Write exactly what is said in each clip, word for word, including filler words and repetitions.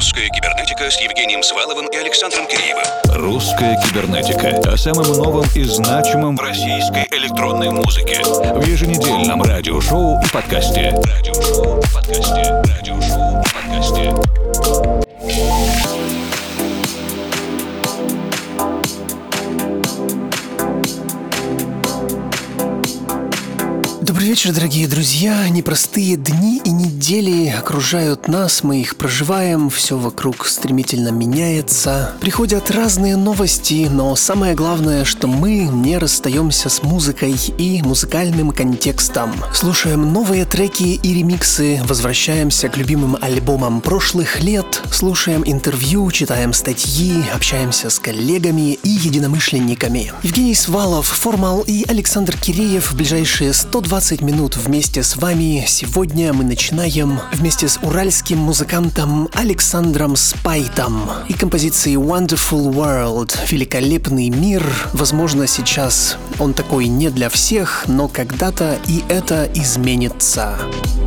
«Русская кибернетика» с Евгением Сваловым и Александром Киреевым. «Русская кибернетика» о самом новом и значимом в российской электронной музыке. В еженедельном радиошоу и подкасте. Радиошоу и подкасте. Радиошоу и подкасте. Добрый вечер, дорогие друзья. Непростые дни и недели окружают нас, мы их проживаем, все вокруг стремительно меняется. Приходят разные новости, но самое главное, что мы не расстаемся с музыкой и музыкальным контекстом. Слушаем новые треки и ремиксы, возвращаемся к любимым альбомам прошлых лет, слушаем интервью, читаем статьи, общаемся с коллегами и единомышленниками. Евгений Свалов, Формал и Александр Киреев в ближайшие сто двадцать минут вместе с вами. Сегодня мы начинаем вместе с уральским музыкантом Александром Спайтом и композицией Wonderful World, великолепный мир. Возможно, сейчас он такой не для всех, но когда-то и это изменится.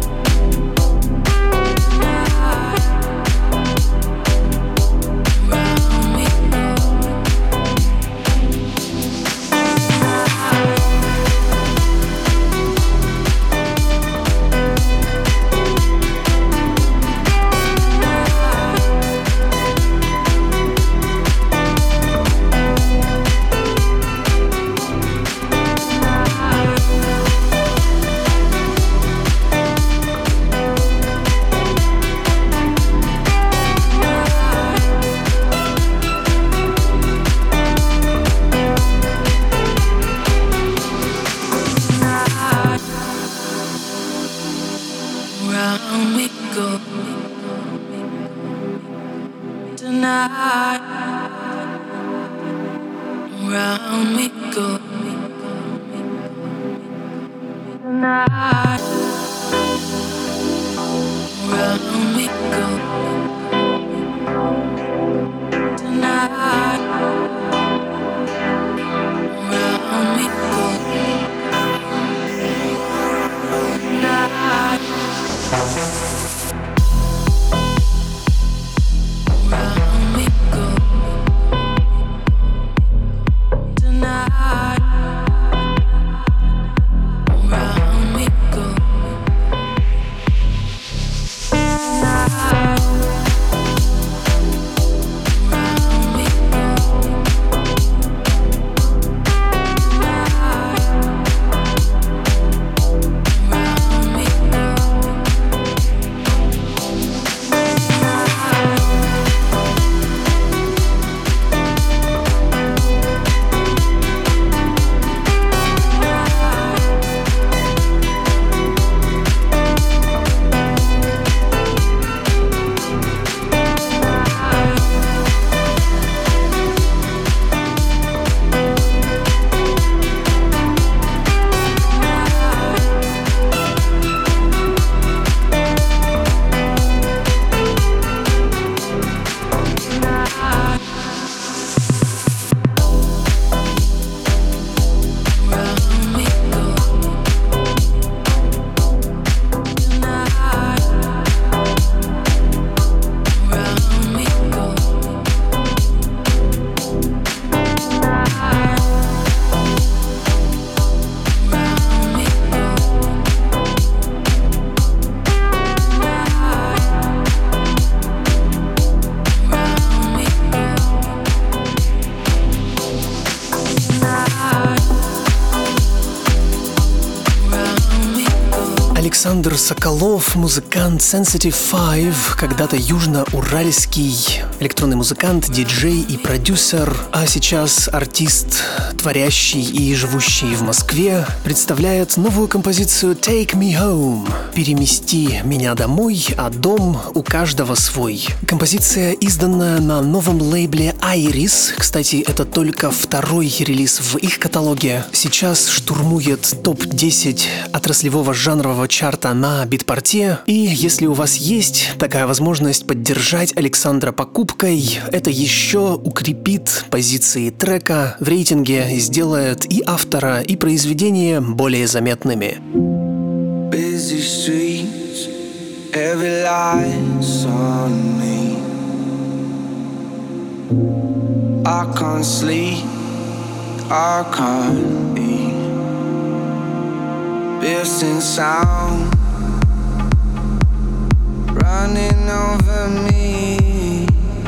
Александр Соколов, музыкант Sensitive Five, когда-то южно-уральский электронный музыкант, диджей и продюсер, а сейчас артист, творящий и живущий в Москве, представляет новую композицию Take Me Home. Перемести меня домой, а дом у каждого свой. Композиция изданная на новом лейбле Iris. Кстати, это только второй релиз в их каталоге. Сейчас штурмует топ десять отраслевого жанрового чарта на Битпорте. И если у вас есть такая возможность поддержать Александра покупкой, это еще укрепит позиции трека в рейтинге, сделает и автора, и произведение более заметными. Busy streets, heavy lights on me. I can't sleep, I can't eat. Piercing sound running over me,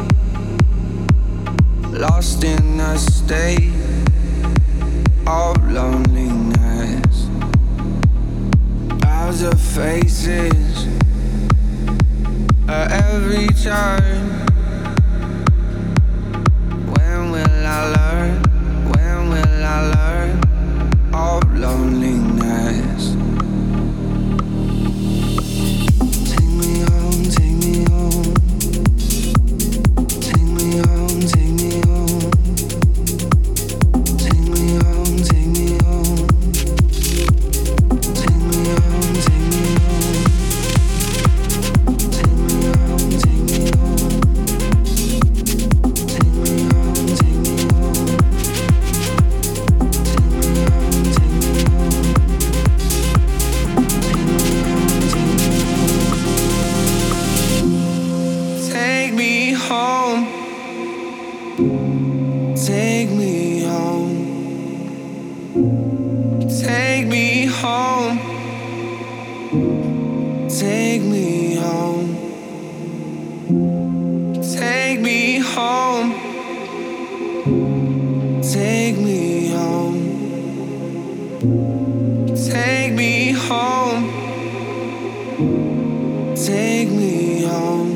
lost in a state of loneliness. Other faces at every turn. When will I learn? When will I learn of loneliness? Take me home, take me home. Take me home, take me home. Take me home, take me home. Take me home, take me home. Take me home, take me home. Take me home, take me home. Take me home, take me home. Take me home. Take me home. Take me home. Take me home. Take me home. Take me home. Take me home. Take me home.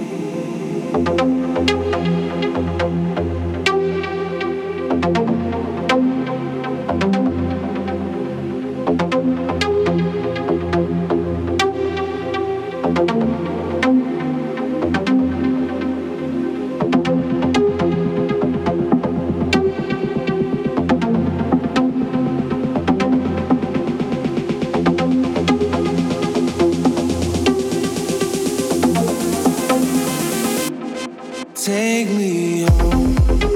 Take me home.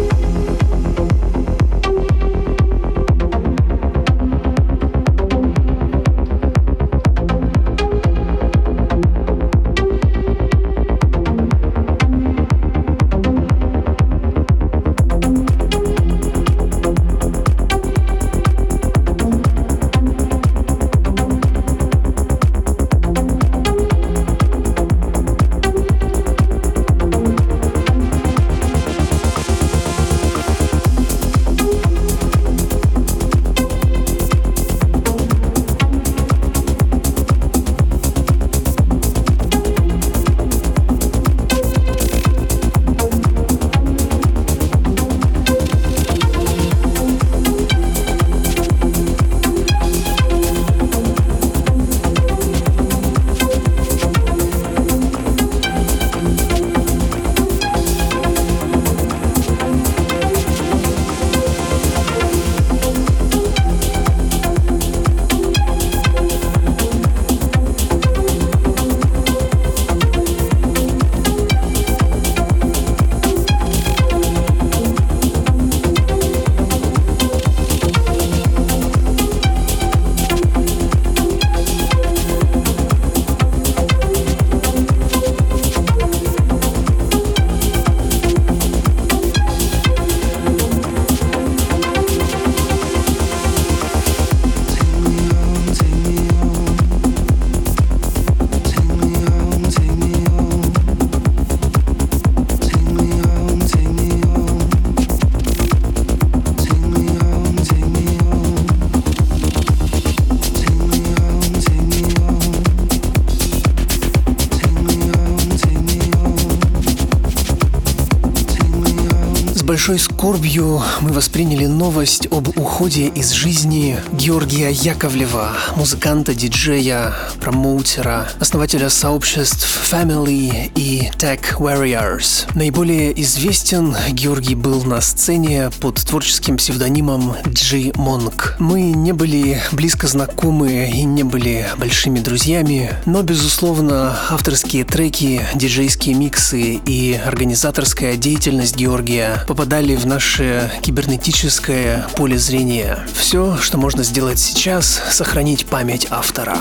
большой скорбью мы восприняли новость об уходе из жизни Георгия Яковлева, музыканта, диджея, промоутера, основателя сообществ Family и Tech Warriors. Наиболее известен Георгий был на сцене под творческим псевдонимом G Monk. Мы не были близко знакомы и не были большими друзьями, но, безусловно, авторские треки, диджейские миксы и организаторская деятельность Георгия попадали в наше кибернетическое поле зрения. Все, что можно сделать сейчас, сохранить память автора.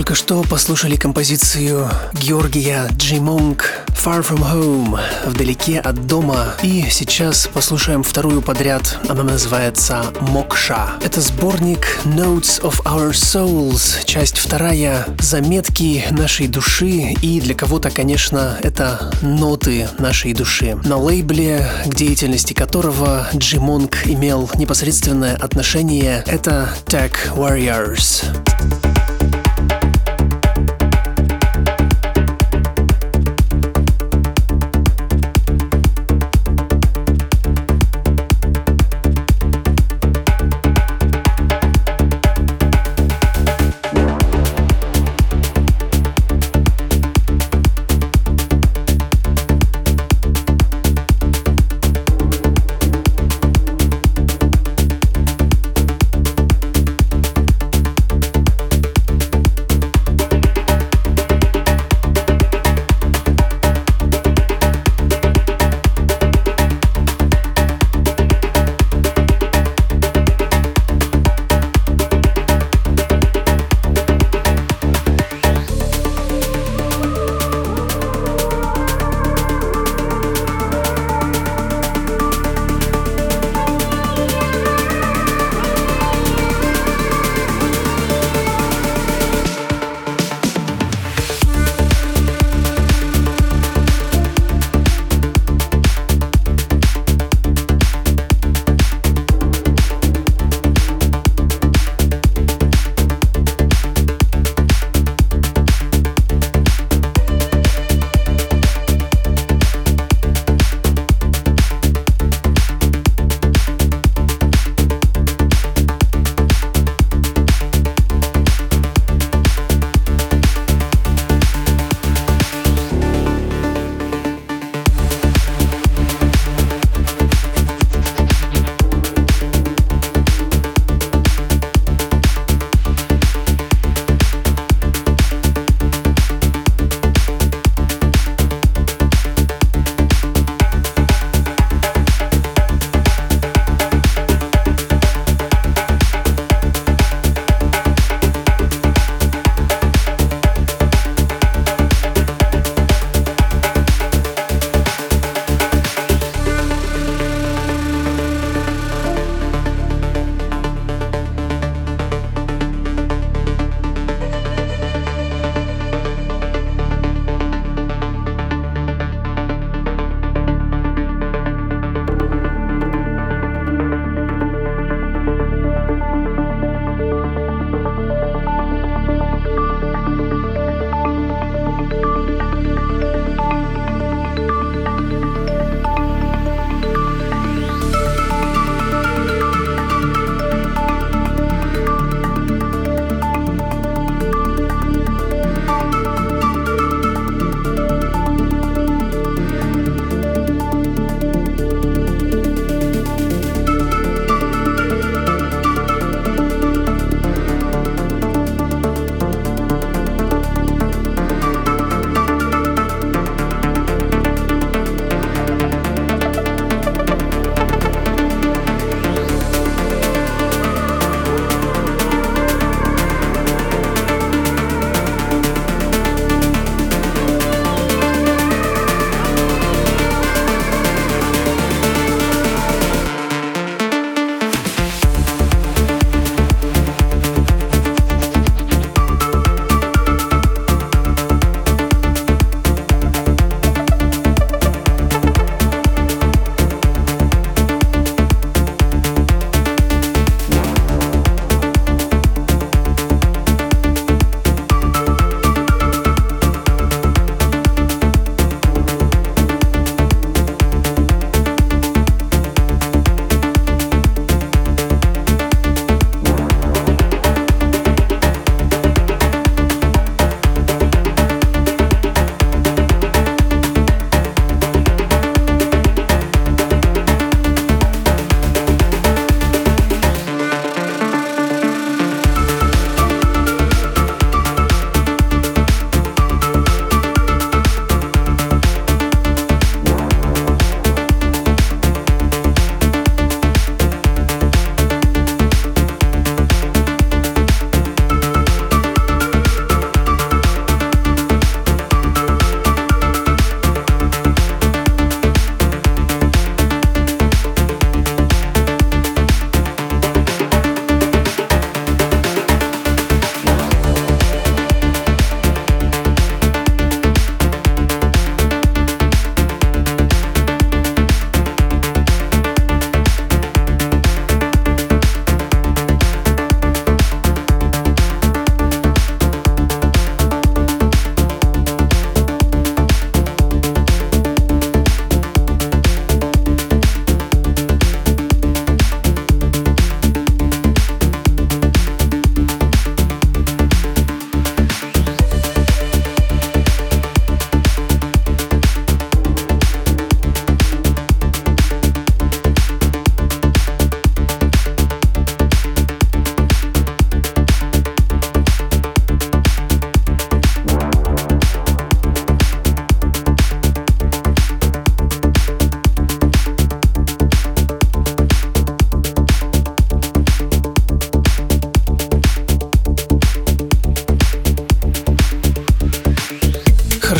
только что послушали композицию Георгия Джимонг «Far From Home» «Вдалеке от дома». И сейчас послушаем вторую подряд. Она называется «Мокша». Это сборник Notes of Our Souls, часть вторая, заметки нашей души. И для кого-то, конечно, это ноты нашей души. На лейбле, к деятельности которого Джимонг имел непосредственное отношение, это Tech Warriors.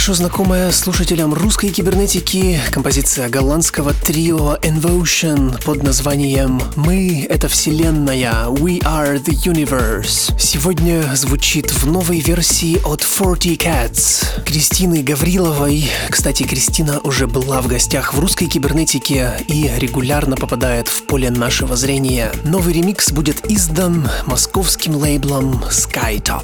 хорошо знакомая слушателям русской кибернетики композиция голландского трио Envotion под названием «Мы — это вселенная», «We are the universe». Сегодня звучит в новой версии от форти Cats Кристины Гавриловой. Кстати, Кристина уже была в гостях в русской кибернетике и регулярно попадает в поле нашего зрения. Новый ремикс будет издан московским лейблом Skytop.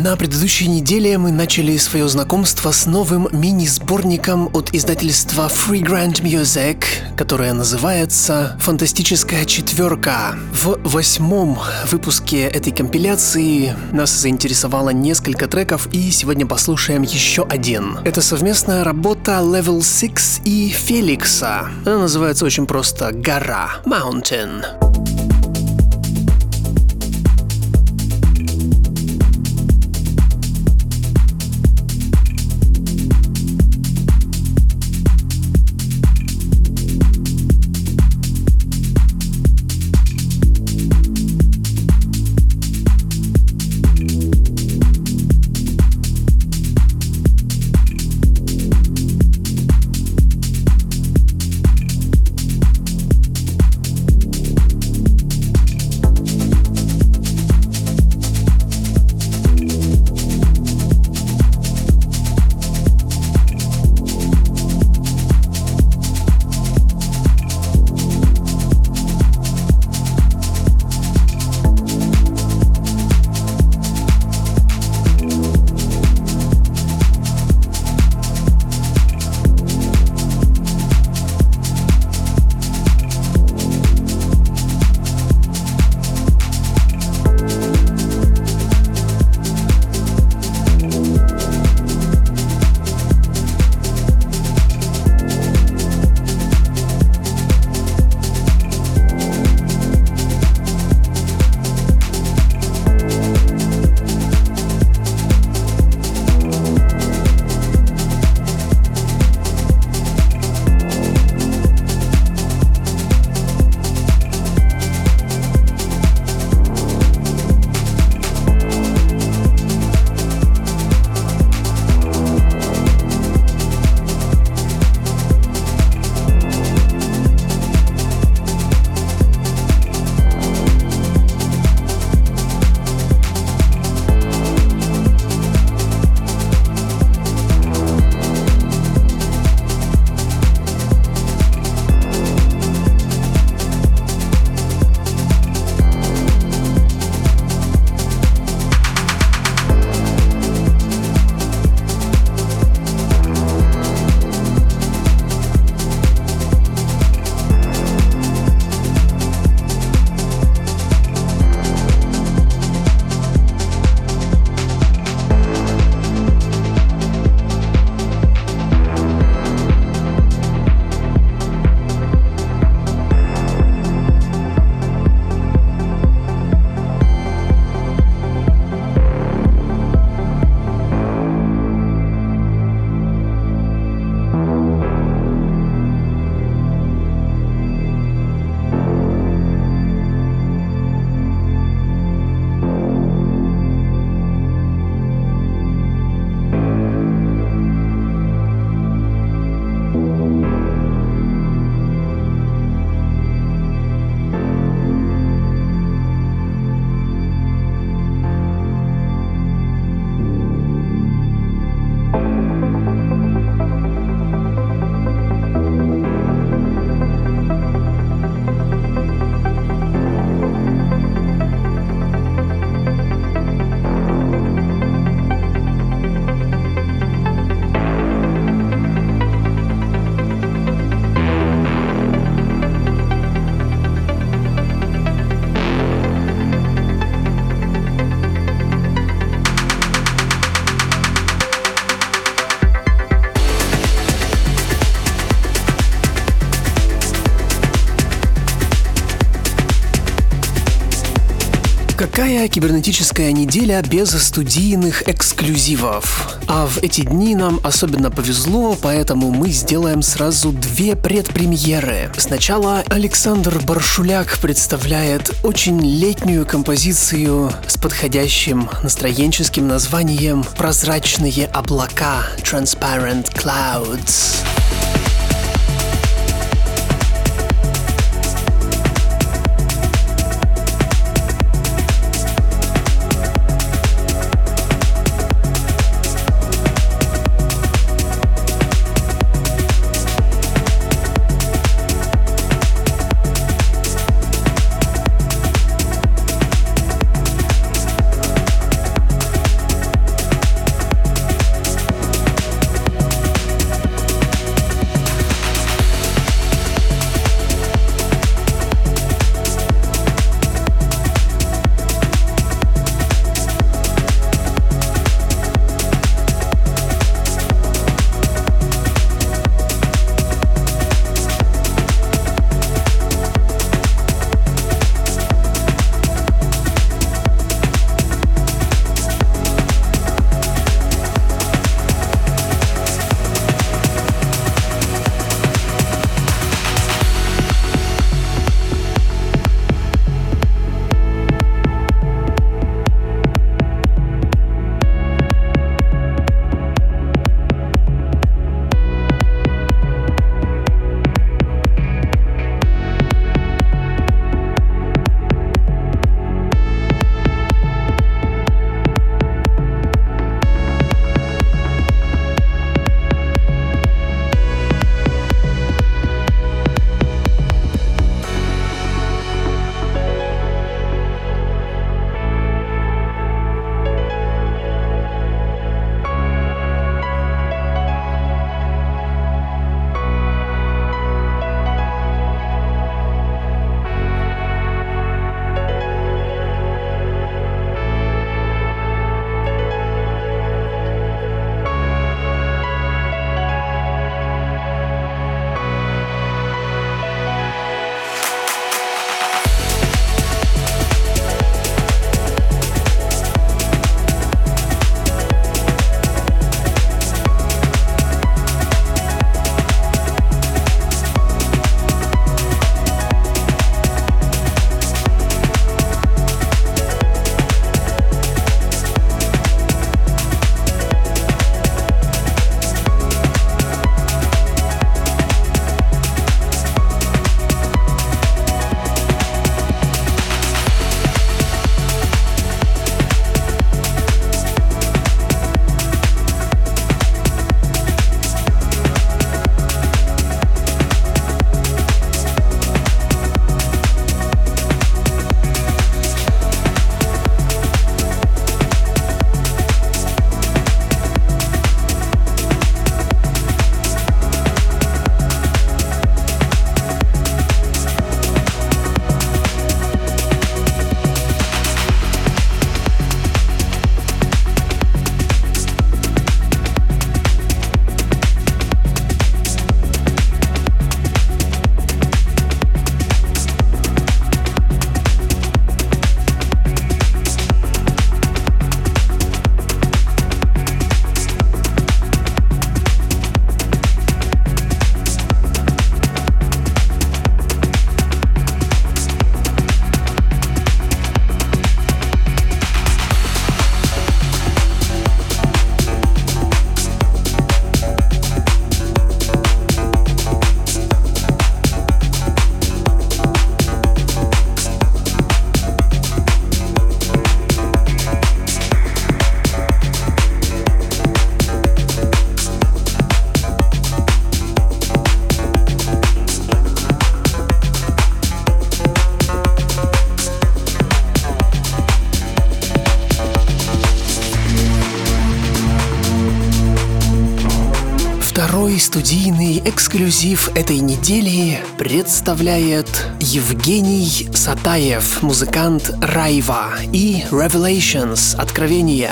На предыдущей неделе мы начали свое знакомство с новым мини-сборником от издательства Free Grant Music, которое называется «Фантастическая четверка». В восьмом выпуске этой компиляции нас заинтересовало несколько треков, и сегодня послушаем еще один. Это совместная работа Level шесть и Феликса. Она называется очень просто «Гора» — Mountain. Какая кибернетическая неделя без студийных эксклюзивов? А в эти дни нам особенно повезло, поэтому мы сделаем сразу две предпремьеры. Сначала Александр Баршуляк представляет очень летнюю композицию с подходящим настроенческим названием «Прозрачные облака» — Transparent Clouds. второй студийный эксклюзив этой недели представляет Евгений Сатаев, музыкант Райва, и Revelations, Откровения.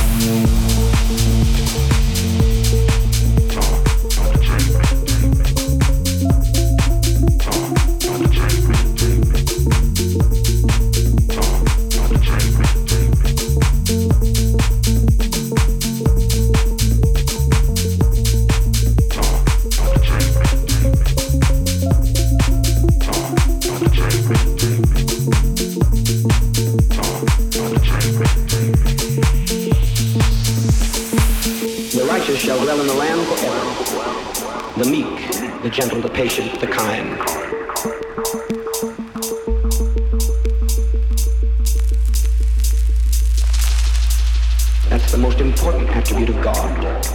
Shall dwell in the land forever. The meek, the gentle, the patient, the kind. That's the most important attribute of God.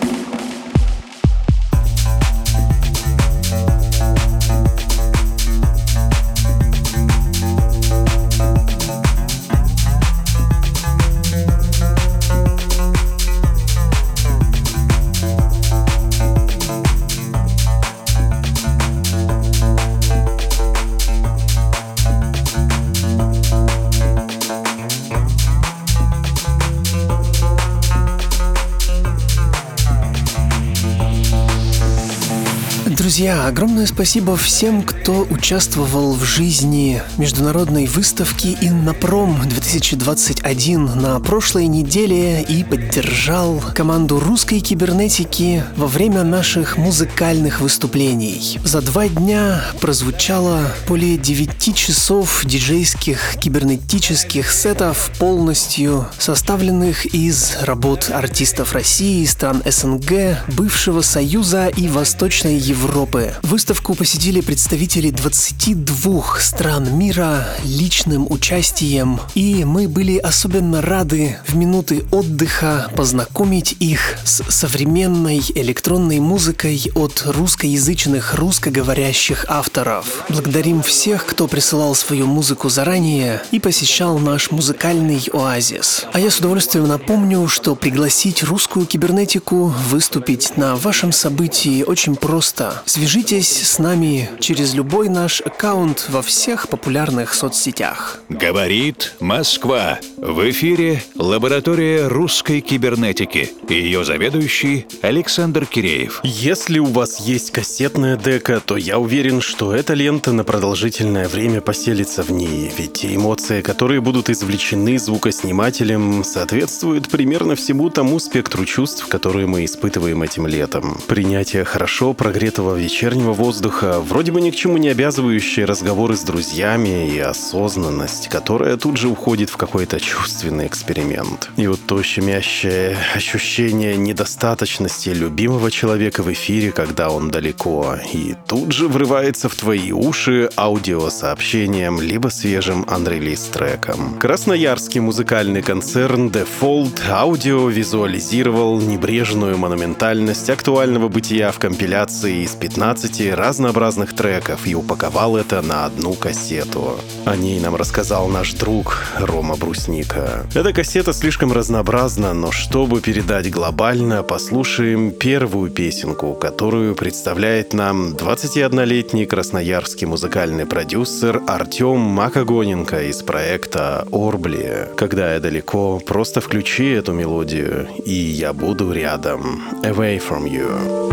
Друзья, огромное спасибо всем, кто участвовал в жизни международной выставки Иннопром две тысячи двадцать один на прошлой неделе и поддержал команду русской кибернетики во время наших музыкальных выступлений. За два дня прозвучало более девяти часов диджейских кибернетических сетов, полностью составленных из работ артистов России, стран СНГ, бывшего Союза и Восточной Европы. Выставку посетили представители двадцати двух стран мира личным участием, и мы были особенно рады в минуты отдыха познакомить их с современной электронной музыкой от русскоязычных, русскоговорящих авторов. Благодарим всех, кто присылал свою музыку заранее и посещал наш музыкальный оазис. А я с удовольствием напомню, что пригласить русскую кибернетику выступить на вашем событии очень просто. Свяжитесь с нами через любой наш аккаунт во всех популярных соцсетях. Говорит Москва. В эфире лаборатория русской кибернетики. Ее заведующий Александр Киреев. Если у вас есть кассетная дека, то я уверен, что эта лента на продолжительное время поселится в ней. Ведь те эмоции, которые будут извлечены звукоснимателем, соответствуют примерно всему тому спектру чувств, которые мы испытываем этим летом. Принятие хорошо прогретого вечернего воздуха, вроде бы ни к чему не обязывающие разговоры с друзьями и осознанность, которая тут же уходит в какой-то чувственный эксперимент. И вот то щемящее ощущение недостаточности любимого человека в эфире, когда он далеко, и тут же врывается в твои уши аудиосообщением либо свежим анрелиз треком. Красноярский музыкальный концерн Default аудиовизуализировал небрежную монументальность актуального бытия в компиляции из пятнадцати разнообразных треков и упаковал это на одну кассету. О ней нам рассказал наш друг Рома Брусника. Эта кассета слишком разнообразна, но чтобы передать глобально, послушаем первую песенку, которую представляет нам двадцатиоднолетний красноярский музыкальный продюсер Артем Макогоненко из проекта Орбли. Когда я далеко, просто включи эту мелодию, и я буду рядом. Away from you.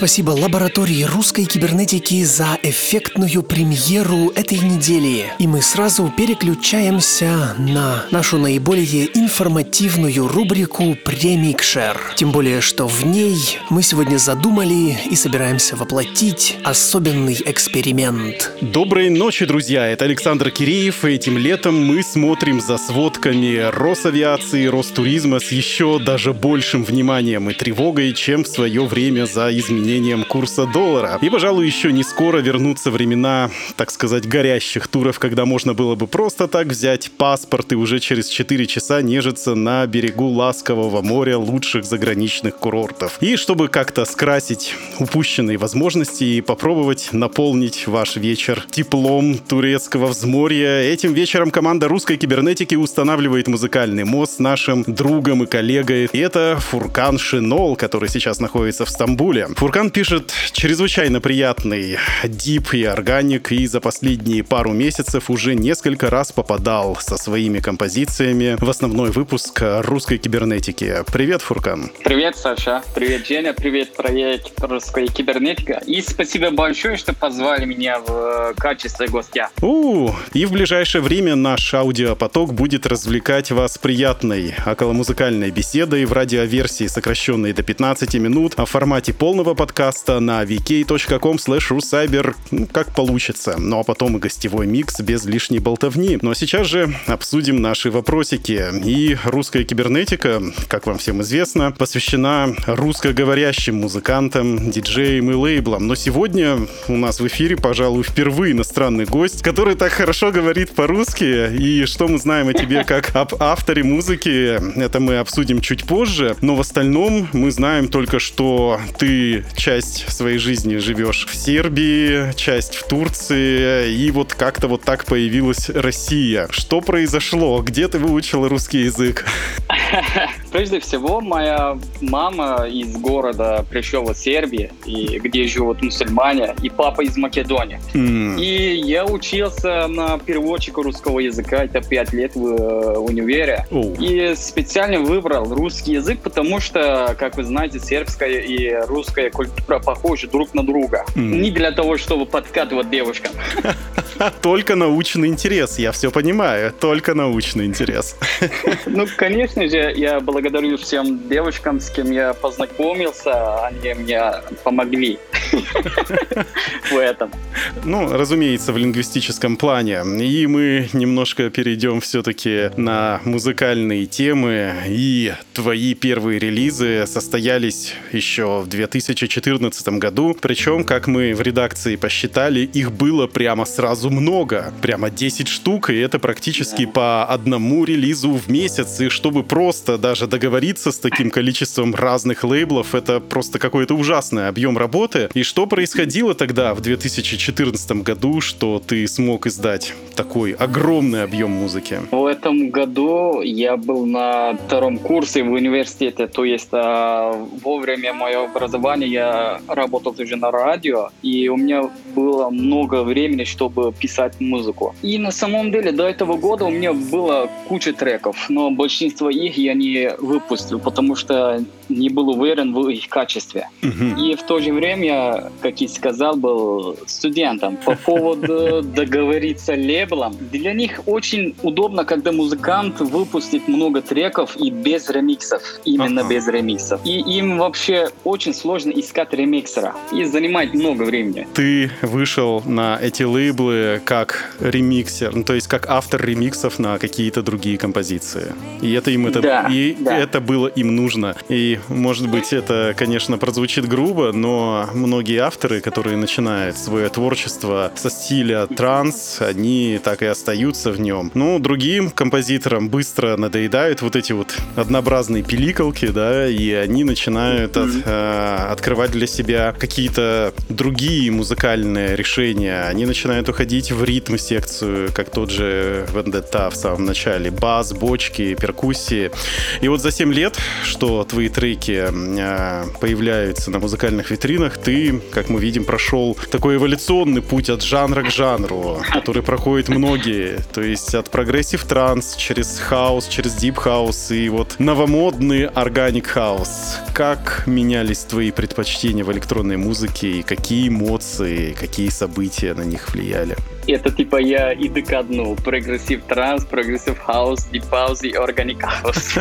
спасибо лаборатории русской кибернетики за эффектную премьеру этой недели. И мы сразу переключаемся на нашу наиболее информативную рубрику «Премикшер». Тем более, что в ней мы сегодня задумали и собираемся воплотить особенный эксперимент. Доброй ночи, друзья! Это Александр Киреев, и этим летом мы смотрим за сводками Росавиации, Ростуризма с еще даже большим вниманием и тревогой, чем в свое время за изменением курса доллара. И, пожалуй, еще не скоро вернутся времена, так сказать, горящих туров, когда можно было бы просто так взять паспорт и уже через четыре часа нежиться на берегу ласкового моря лучших заграничных курортов. И чтобы как-то скрасить упущенные возможности и попробовать наполнить ваш вечер теплом турецкого взморья, этим вечером команда русской кибернетики устанавливает музыкальный мост с нашим другом и коллегой. И это Фуркан Шенол, который сейчас находится в Стамбуле. Фуркан пишет чрезвычайно приятный дип и органик, и за последние пару месяцев уже несколько раз попадал со своими композициями в основной выпуск русской кибернетики. Привет, Фуркан. Привет, Саша. Привет, Женя. Привет, проект русская кибернетика. И спасибо большое, что позвали меня в качестве гостя. У, и в ближайшее время наш аудиопоток будет развлекать вас приятной околомузыкальной беседой в радиоверсии, сокращенной до пятнадцати минут, а в формате полного подкаста на ви кей точка ком слэш русайбер, ну, как получится. Ну а потом и гостевой микс без лишней болтовни. Ну а сейчас же обсудим наши вопросики. И русская кибернетика, как вам всем известно, посвящена русскоговорящим музыкантам, диджеям и лейблам. Но сегодня у нас в эфире, пожалуй, впервые иностранный гость, который так хорошо говорит по-русски. И что мы знаем о тебе как об авторе музыки, это мы обсудим чуть позже. Но в остальном мы знаем только, что ты часть своей жизни живешь в Сербии, часть в Турции, и вот как-то вот так появилась Россия. Что произошло? Где ты выучил русский язык? Прежде всего, моя мама из города Прeševo, Сербии, и где живут мусульмане, и папа из Македонии. Mm. И я учился на переводчика русского языка, это пять лет в э, универе. Oh. И специально выбрал русский язык, потому что, как вы знаете, сербская и русская культура похожи друг на друга. Mm. Не для того, чтобы подкатывать девушкам. Только научный интерес, я все понимаю, только научный интерес. Ну, конечно же, я благодарю всем девушкам, с кем я познакомился, они мне помогли в этом. Ну, разумеется, в лингвистическом плане. И мы немножко перейдем все-таки на музыкальные темы. И твои первые релизы состоялись еще в две тысячи четырнадцатом году. Причем, как мы в редакции посчитали, их было прямо сразу много. Прямо десять штук, и это практически да. по одному релизу в месяц. И чтобы просто даже договориться с таким количеством разных лейблов, это просто какой-то ужасный объем работы. И что происходило тогда, в две тысячи четырнадцатом году, что ты смог издать такой огромный объем музыки? В этом году я был на втором курсе в университете, то есть а, во время моего образования я работал уже на радио, и у меня было много времени, чтобы писать музыку. И на самом деле до этого года у меня было куча треков, но большинство их я не выпустил, потому что не был уверен в их качестве. Uh-huh. И в то же время, как я сказал, был студентом. По поводу договориться с лейблом, для них очень удобно, когда музыкант выпустит много треков и без ремиксов. Именно uh-huh. без ремиксов. И им вообще очень сложно искать ремиксера. И занимает много времени. Ты вышел на эти лейблы как ремиксер, ну, то есть как автор ремиксов на какие-то другие композиции. И это им это, да, и да. это было им нужно. И, может быть, это, конечно, прозвучит грубо, но многие авторы, которые начинают свое творчество со стиля транс, они так и остаются в нем. Ну, другим композиторам быстро надоедают вот эти вот однообразные пиликалки, да, и они начинают от, э, открывать для себя какие-то другие музыкальные решения. Они начинают уходить в ритм-секцию, как тот же Vendetta в самом начале. Бас, бочки, перкуссии. И вот за семь лет, что твои треки треки появляются на музыкальных витринах, ты, как мы видим, прошел такой эволюционный путь от жанра к жанру, который проходят многие. То есть от прогрессив транс через хаус, через дип хаус и вот новомодный органик хаус. Как менялись твои предпочтения в электронной музыке и какие эмоции, какие события на них влияли? Это типа я иду ко дну. Прогрессив транс, прогрессив хаус, дип хаус и органик хаус.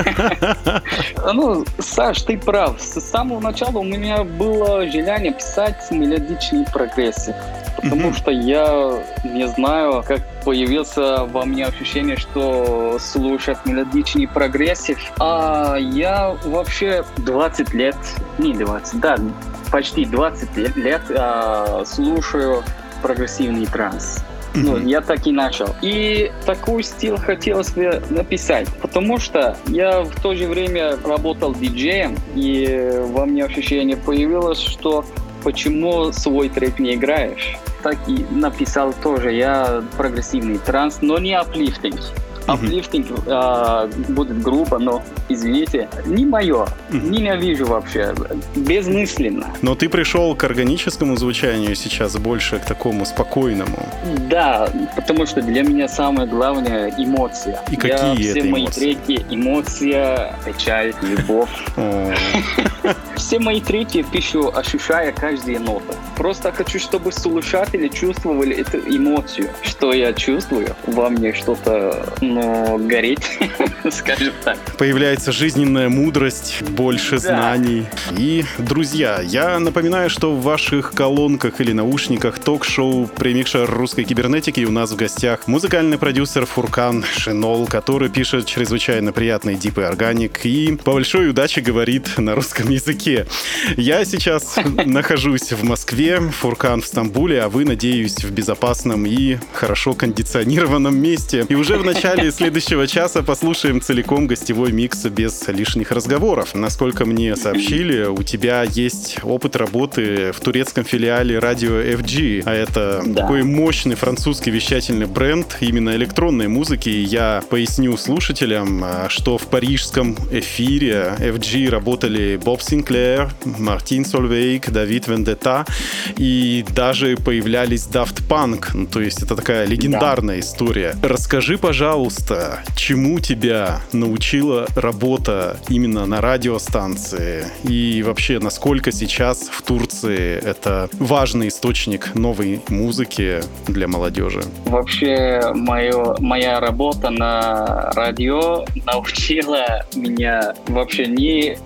Ну, Саш, ты прав. С самого начала у меня было желание писать мелодичный прогрессив. Потому что я не знаю, как появился во мне ощущение, что слушать мелодичный прогрессив. А я вообще двадцать лет, не двадцать, да, почти двадцать лет, лет а, слушаю прогрессивный транс. Ну, я так и начал. И такой стиль хотелось бы написать, потому что я в то же время работал диджеем, и во мне ощущение появилось, что почему свой трек не играешь? Так и написал тоже я прогрессивный транс, но не аплифтинг. Аплифтинг э, будет грубо, но, извините, не мое. Mm-hmm. Ненавижу вообще. Безмысленно. Но ты пришел к органическому звучанию сейчас больше к такому спокойному. Да, потому что для меня самое главное — эмоция. И какие я, это все мои эмоции? треки — эмоция, печаль, любовь. Все мои треки пишу, ощущая каждую ноту. Просто хочу, чтобы слушатели чувствовали эту эмоцию. Что я чувствую, во мне что-то, ну, горит, скажем так. Появляется жизненная мудрость, больше да. знаний. И, друзья, я напоминаю, что в ваших колонках или наушниках ток-шоу «Премикшер русской кибернетики» у нас в гостях музыкальный продюсер Фуркан Шенол, который пишет чрезвычайно приятный дип и органик и по большой удаче говорит на русском языке. Я сейчас нахожусь в Москве, Фуркан в Стамбуле, а вы, надеюсь, в безопасном и хорошо кондиционированном месте. И уже в начале следующего часа послушаем целиком гостевой микс без лишних разговоров. Насколько мне сообщили, у тебя есть опыт работы в турецком филиале радио эф джи, а это да. такой мощный французский вещательный бренд именно электронной музыки. И я поясню слушателям, что в парижском эфире эф джи работали Боб Синклер, Мартин Сольвейк, Давид Вендетта и даже появлялись Daft Punk. Ну, то есть это такая легендарная да. история. Расскажи, пожалуйста, чему тебя научила работа именно на радиостанции и вообще насколько сейчас в Турции это важный источник новой музыки для молодежи? Вообще мое, моя работа на радио научила меня вообще не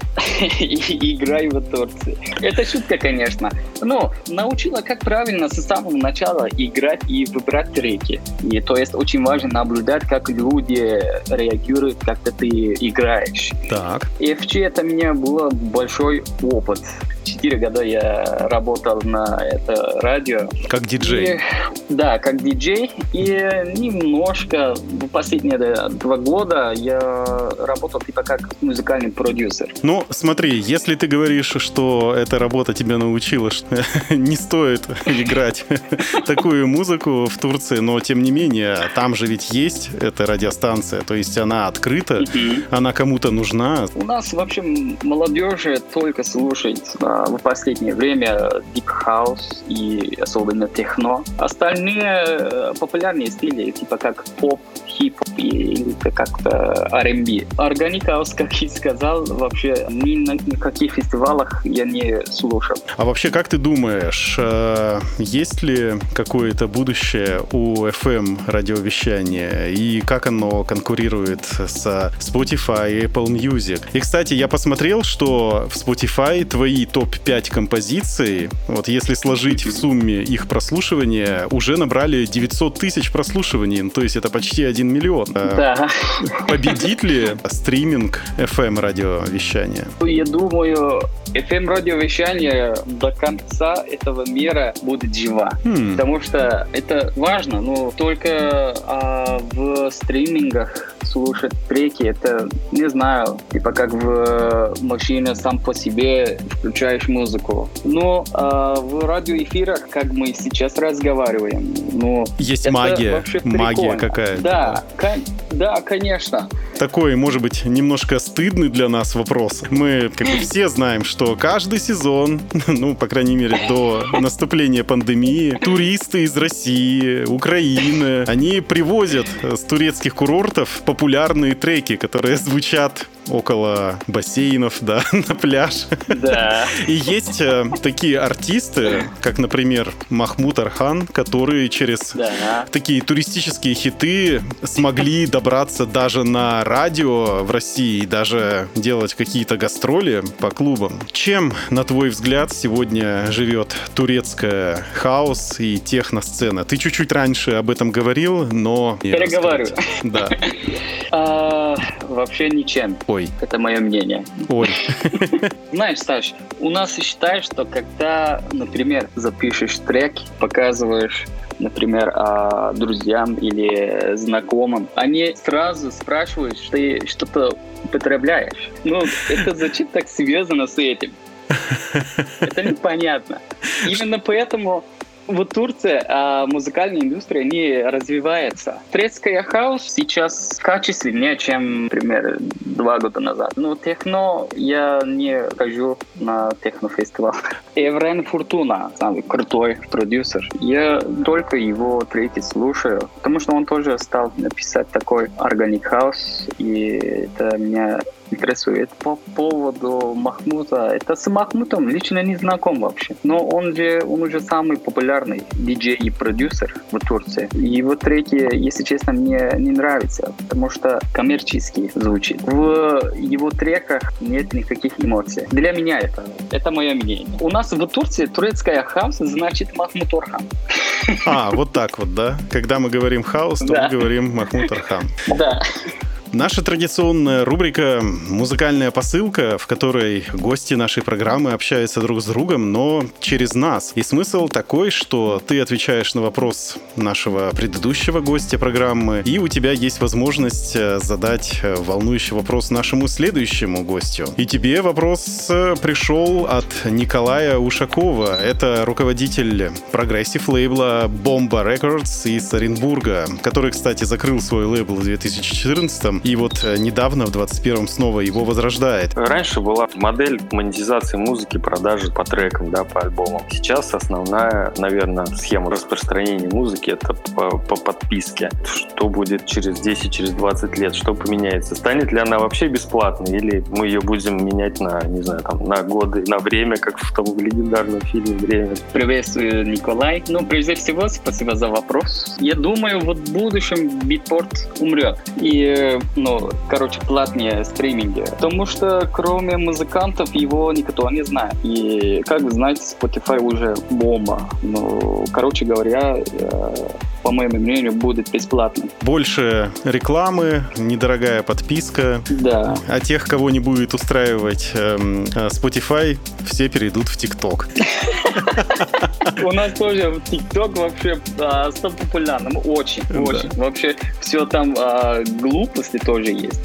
играть в Турции. Это шутка, конечно. Но научила, как правильно с самого начала играть и выбирать треки. И то есть очень важно наблюдать, как люди реагируют, когда ты играешь. Так. эф джи это у меня был большой опыт. Четыре года я работал на это радио. Как диджей? И, да, как диджей. И немножко в последние два года я работал типа как музыкальный продюсер. Ну, смотри, если ты говоришь, что эта работа тебя научила, что не стоит играть такую музыку в Турции, но тем не менее, там же ведь есть эта радиостанция, то есть она открыта, mm-hmm. она кому-то нужна. У нас вообще молодежи только слушает в последнее время Deep House и особенно техно. Остальные популярные стили, типа как поп, хип-хоп или как-то ар энд би. Organic House, как я сказал, вообще ни на каких фестивалях я не слушал. А вообще, как ты думаешь, есть ли какое-то будущее у эф эм радиовещания и как оно конкурирует с Spotify и Apple Music? И, кстати, я посмотрел, что в Spotify твои топ пять композиций, вот если сложить в сумме их прослушивания, уже набрали девятьсот тысяч прослушиваний, ну, то есть это почти один миллион. Да. Победит ли стриминг эф эм радиовещания? Я думаю, эф эм радиовещание до конца этого мира будет жива. Hmm. Потому что это важно, но только а, в стримингах слушать треки, это, не знаю, типа как в машине сам по себе включаешь музыку. Но а, в радиоэфирах, как мы сейчас разговариваем, ну, есть магия, магия какая-то. Да, кон- да, конечно. такой, может быть, немножко стыдный для нас вопрос. Мы как бы все знаем, что каждый сезон, ну, по крайней мере, до наступления пандемии, туристы из России, Украины, они привозят с турецких курортов популярные треки, которые звучат около бассейнов, да, на пляж. Да. И есть э, такие артисты, как, например, Махмуд Орхан, которые через Да. такие туристические хиты смогли добраться даже на радио в России и даже делать какие-то гастроли по клубам. Чем, на твой взгляд, сегодня живет турецкая хаус и техно-сцена? Ты чуть-чуть раньше об этом говорил, но... Переговариваю. Да. А, вообще ничем. Ой. Это мое мнение. Ой. Знаешь, Саш, у нас считают, что когда, например, запишешь трек, показываешь, например, а, друзьям или знакомым, они сразу спрашивают, что ты что-то употребляешь. Ну, это звучит так связано с этим. Это непонятно. Именно поэтому в Турции а, музыкальная индустрия не развивается. Турецкая хаус сейчас качественнее, чем, например, два года назад. Но техно я не хожу на технофестиваль. Evren Fortuna, самый крутой продюсер. Я только его треки слушаю, потому что он тоже стал написать такой organic house, и это меня интересует. По поводу Махмута, это с Махмутом лично не знаком вообще. Но он же, он уже самый популярный диджей и продюсер в Турции. Его треки, если честно, мне не нравятся, потому что коммерчески звучит. В его треках нет никаких эмоций. Для меня это, это мое мнение. У нас в Турции турецкая хаус значит Махмуд Орхан. А, вот так вот, да? Когда мы говорим хаус, то Да. мы говорим Махмуд Орхан. Да. Наша традиционная рубрика «Музыкальная посылка», в которой гости нашей программы общаются друг с другом, но через нас. И смысл такой, что ты отвечаешь на вопрос нашего предыдущего гостя программы, и у тебя есть возможность задать волнующий вопрос нашему следующему гостю. И тебе вопрос пришел от Николая Ушакова. Это руководитель прогрессив лейбла Bomba Records из Оренбурга, который, кстати, закрыл свой лейбл в две тысячи четырнадцатом. И вот недавно, в двадцать первом, снова его возрождает. Раньше была модель монетизации музыки, продажи по трекам, да, по альбомам. Сейчас основная, наверное, схема распространения музыки — это по, по подписке. Что будет через десять, через двадцать лет? Что поменяется? Станет ли она вообще бесплатной? Или мы ее будем менять на, не знаю, там, на годы, на время, как в том легендарном фильме «Время»? Приветствую, Николай. Ну, прежде всего, спасибо за вопрос. Я думаю, вот в будущем битпорт умрет. И ну, короче, платные стриминги. Потому что кроме музыкантов его никто не знает. И, как вы знаете, Spotify уже бомба. Ну, короче говоря, по моему мнению, будет бесплатно. Больше рекламы, недорогая подписка. Да. А тех, кого не будет устраивать эм, Spotify, все перейдут в TikTok. У нас тоже в TikTok вообще а, стал популярным. Очень, да. очень. Вообще все там а, глупости тоже есть.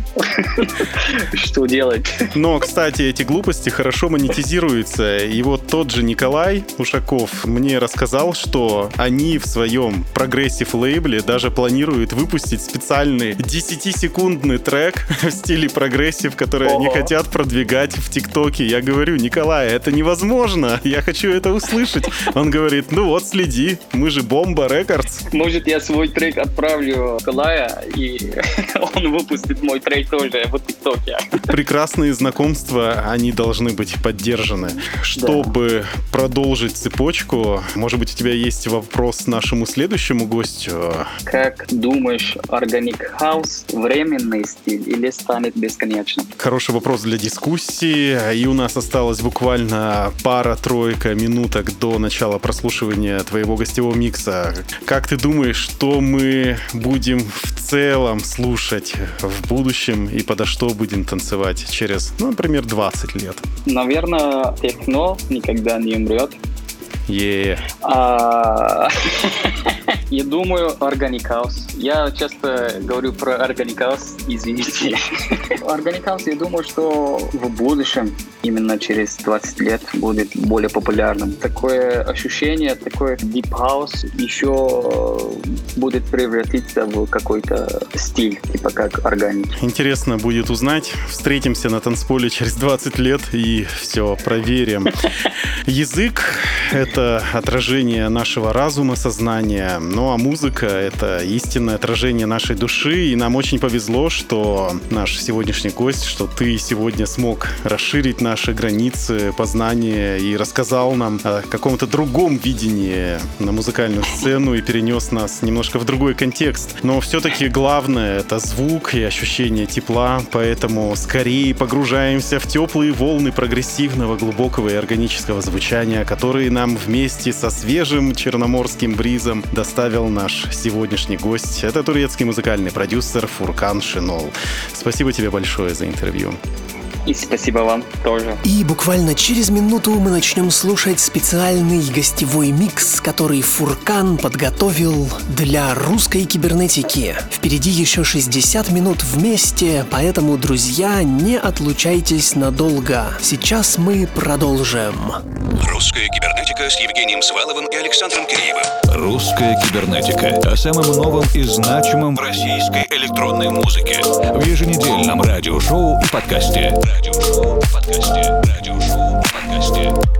Что делать? Но, кстати, эти глупости хорошо монетизируются. И вот тот же Николай Ушаков мне рассказал, что они в своем прогрессив лейбле даже планируют выпустить специальный десятисекундный трек в стиле прогрессив, который Ого. они хотят продвигать в ТикТоке. Я говорю: Николай, это невозможно. Я хочу это услышать. Он говорит: ну вот, следи, мы же Bomba Records. Может, я свой трек отправлю Николая, и он выпустит мой трек тоже в ТикТоке. Прекрасные знакомства, они должны быть поддержаны. Чтобы да. продолжить цепочку, может быть, у тебя есть вопрос нашему следующему гостю? Как думаешь, Organic House временный стиль или станет бесконечным? Хороший вопрос для дискуссии. И у нас осталось буквально пара-тройка минуток до начала прослушивания твоего гостевого микса. Как ты думаешь, что мы будем в целом слушать в будущем и подо что будем танцевать через, ну, например, двадцать лет? Наверное, техно никогда не умрет. Yeah. А... Я думаю, Organic House. Я часто говорю про Organic House, извините. Organic House, я думаю, что в будущем, именно через двадцать лет, будет более популярным. Такое ощущение, такой Deep House еще будет превратиться в какой-то стиль, типа как Organic. Интересно будет узнать. Встретимся на танцполе через двадцать лет и все проверим. Язык — это отражение нашего разума, сознания. Ну а музыка — это истинное отражение нашей души. И нам очень повезло, что наш сегодняшний гость, что ты сегодня смог расширить наши границы познания и рассказал нам о каком-то другом видении на музыкальную сцену и перенес нас немножко в другой контекст. Но все-таки главное — это звук и ощущение тепла, поэтому скорее погружаемся в теплые волны прогрессивного, глубокого и органического звучания, которые нам вместе со свежим черноморским бризом доставил наш сегодняшний гость. Это турецкий музыкальный продюсер Фуркан Шенол. Спасибо тебе большое за интервью. И спасибо вам тоже. И буквально через минуту мы начнем слушать специальный гостевой микс, который Фуркан подготовил для русской кибернетики. Впереди еще шестьдесят минут вместе, поэтому, друзья, не отлучайтесь надолго. Сейчас мы продолжим. Русская кибернетика с Евгением Сваловым и Александром Киреевым. Русская кибернетика. О самом новом и значимом в российской электронной музыке. В еженедельном радиошоу и подкасте. Радиошоу и подкасте. Радиошоу и подкасте.